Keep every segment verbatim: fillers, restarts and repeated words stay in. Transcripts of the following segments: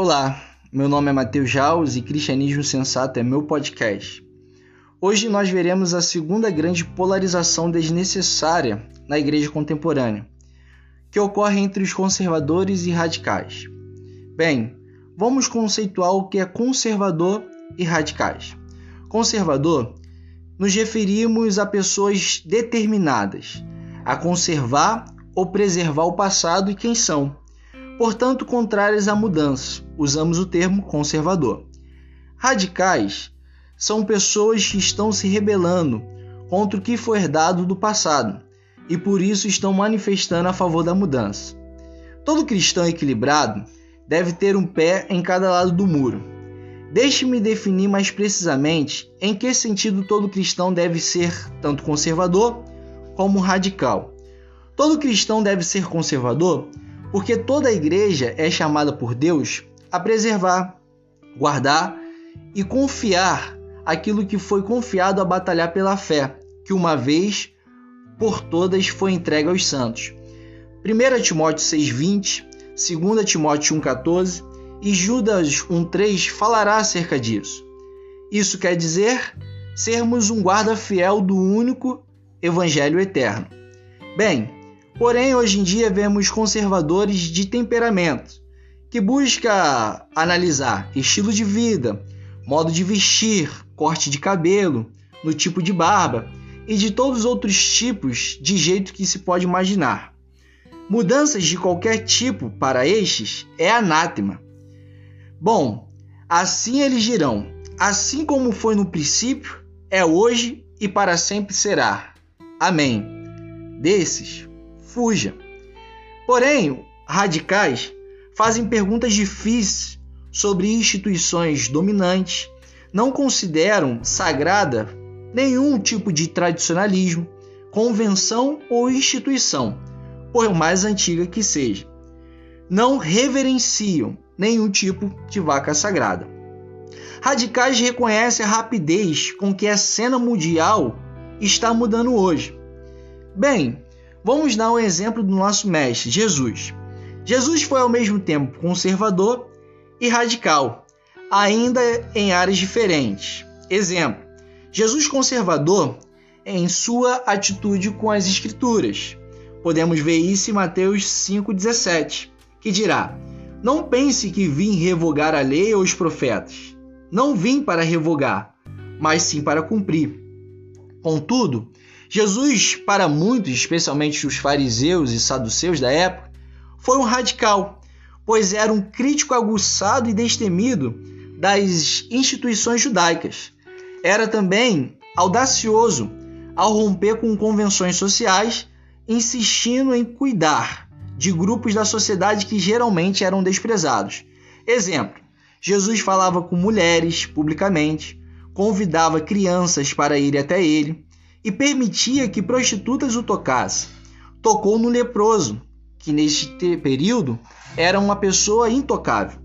Olá, meu nome é Matheus Jaus e Cristianismo Sensato é meu podcast. Hoje nós veremos a segunda grande polarização desnecessária na igreja contemporânea, que ocorre entre os conservadores e radicais. Bem, vamos conceituar o que é conservador e radicais. Conservador, nos referimos a pessoas determinadas a conservar ou preservar o passado e quem são, portanto contrárias à mudança. Usamos o termo conservador. Radicais são pessoas que estão se rebelando contra o que foi herdado do passado e por isso estão manifestando a favor da mudança. Todo cristão equilibrado deve ter um pé em cada lado do muro. Deixe-me definir mais precisamente em que sentido todo cristão deve ser tanto conservador como radical. Todo cristão deve ser conservador porque toda a igreja é chamada por Deus a preservar, guardar e confiar aquilo que foi confiado a batalhar pela fé, que uma vez por todas foi entregue aos santos. primeira Timóteo seis, vinte, segunda Timóteo um, quatorze e Judas um, três falará acerca disso. Isso quer dizer sermos um guarda fiel do único Evangelho eterno. Bem, porém hoje em dia vemos conservadores de temperamento, que busca analisar estilo de vida, modo de vestir, corte de cabelo, no tipo de barba e de todos os outros tipos de jeito que se pode imaginar. Mudanças de qualquer tipo para estes é anátema. Bom, assim eles dirão, assim como foi no princípio, é hoje e para sempre será. Amém. Desses, fuja. Porém, radicais fazem perguntas difíceis sobre instituições dominantes, não consideram sagrada nenhum tipo de tradicionalismo, convenção ou instituição, por mais antiga que seja. Não reverenciam nenhum tipo de vaca sagrada. Radicais reconhecem a rapidez com que a cena mundial está mudando hoje. Bem, vamos dar um exemplo do nosso mestre, Jesus. Jesus foi ao mesmo tempo conservador e radical, ainda em áreas diferentes. Exemplo, Jesus conservador em sua atitude com as Escrituras. Podemos ver isso em Mateus cinco, dezessete, que dirá: não pense que vim revogar a lei ou os profetas. Não vim para revogar, mas sim para cumprir. Contudo, Jesus, para muitos, especialmente os fariseus e saduceus da época, foi um radical, pois era um crítico aguçado e destemido das instituições judaicas. Era também audacioso ao romper com convenções sociais, insistindo em cuidar de grupos da sociedade que geralmente eram desprezados. Exemplo, Jesus falava com mulheres publicamente, convidava crianças para ir até ele e permitia que prostitutas o tocassem. Tocou no leproso, que neste período era uma pessoa intocável.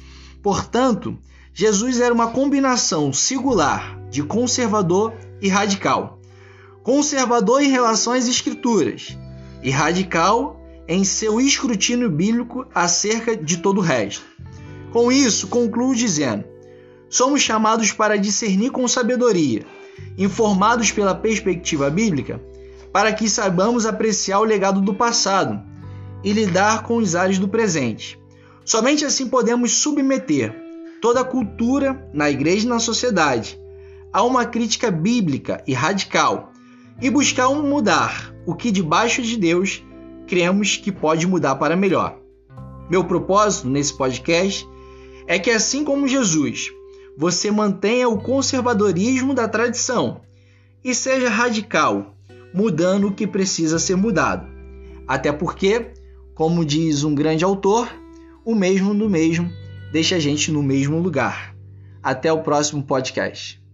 Portanto, Jesus era uma combinação singular de conservador e radical. Conservador em relação às Escrituras e radical em seu escrutínio bíblico acerca de todo o resto. Com isso, concluo dizendo: somos chamados para discernir com sabedoria, informados pela perspectiva bíblica, para que saibamos apreciar o legado do passado e lidar com os ares do presente. Somente assim podemos submeter toda a cultura na igreja e na sociedade a uma crítica bíblica e radical e buscar um mudar o que debaixo de Deus cremos que pode mudar para melhor. Meu propósito nesse podcast é que, assim como Jesus, você mantenha o conservadorismo da tradição e seja radical, mudando o que precisa ser mudado. Até porque, como diz um grande autor, o mesmo do mesmo deixa a gente no mesmo lugar. Até o próximo podcast.